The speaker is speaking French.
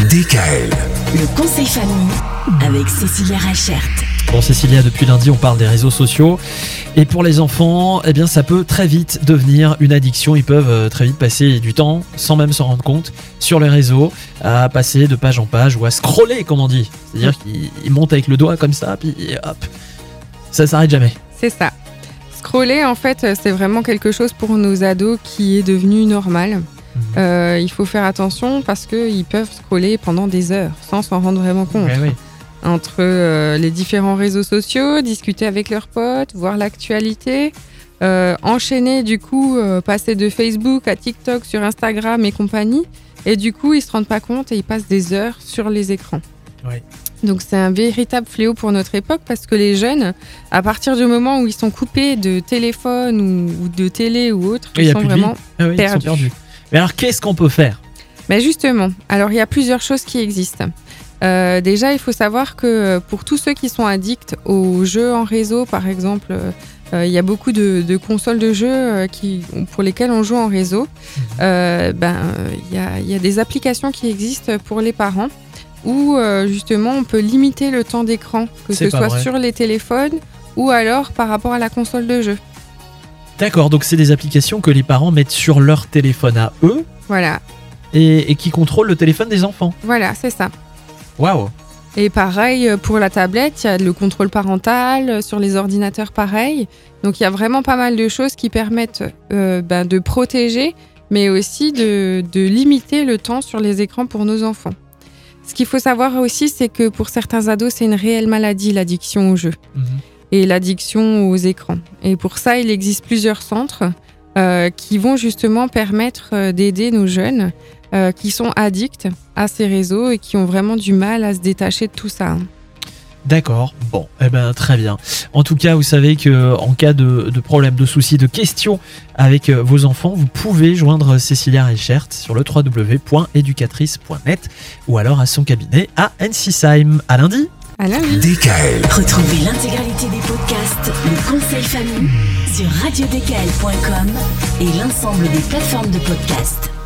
DKL. Le conseil famille avec Cécilia Rachert. Bon Cécilia, depuis lundi on parle des réseaux sociaux et pour les enfants, eh bien ça peut très vite devenir une addiction. Ils peuvent très vite passer du temps sans même s'en rendre compte sur les réseaux, à passer de page en page ou à scroller comme on dit. C'est-à-dire qu'ils montent avec le doigt comme ça, puis hop, ça s'arrête jamais. C'est ça. Scroller, en fait, c'est vraiment quelque chose pour nos ados qui est devenu normal. Il faut faire attention parce qu'ils peuvent scroller pendant des heures sans s'en rendre vraiment compte. Oui. Entre les différents réseaux sociaux, discuter avec leurs potes, voir l'actualité, enchaîner du coup, passer de Facebook à TikTok sur Instagram et compagnie. Et du coup, ils ne se rendent pas compte et ils passent des heures sur les écrans. Oui. Donc c'est un véritable fléau pour notre époque parce que les jeunes, à partir du moment où ils sont coupés de téléphone ou de télé ou autre, ils sont vraiment ils sont perdus. Mais alors qu'est-ce qu'on peut faire ? Mais justement, alors il y a plusieurs choses qui existent. Déjà, il faut savoir que pour tous ceux qui sont addicts aux jeux en réseau, par exemple, il y a beaucoup de consoles de jeux pour lesquelles on joue en réseau. Il y a des applications qui existent pour les parents où justement on peut limiter le temps d'écran, que ce soit sur les téléphones ou alors par rapport à la console de jeu. D'accord, donc c'est des applications que les parents mettent sur leur téléphone à eux. Voilà. Et qui contrôlent le téléphone des enfants. Voilà, c'est ça. Waouh. Et pareil, pour la tablette, il y a le contrôle parental, sur les ordinateurs pareil. Donc il y a vraiment pas mal de choses qui permettent de protéger, mais aussi de limiter le temps sur les écrans pour nos enfants. Ce qu'il faut savoir aussi, c'est que pour certains ados, c'est une réelle maladie, l'addiction aux jeux. Et l'addiction aux écrans. Et pour ça, il existe plusieurs centres qui vont justement permettre d'aider nos jeunes qui sont addicts à ces réseaux et qui ont vraiment du mal à se détacher de tout ça. D'accord, bon, très bien. En tout cas, vous savez qu'en cas de problème, de soucis, de questions avec vos enfants, vous pouvez joindre Cécilia Rachert sur le www.educatrice.net ou alors à son cabinet à Ensisheim. À lundi. À lundi. DKL. Retrouvez l'intégralité des podcasts Le Conseil Famille sur radiodkl.com et l'ensemble des plateformes de podcasts.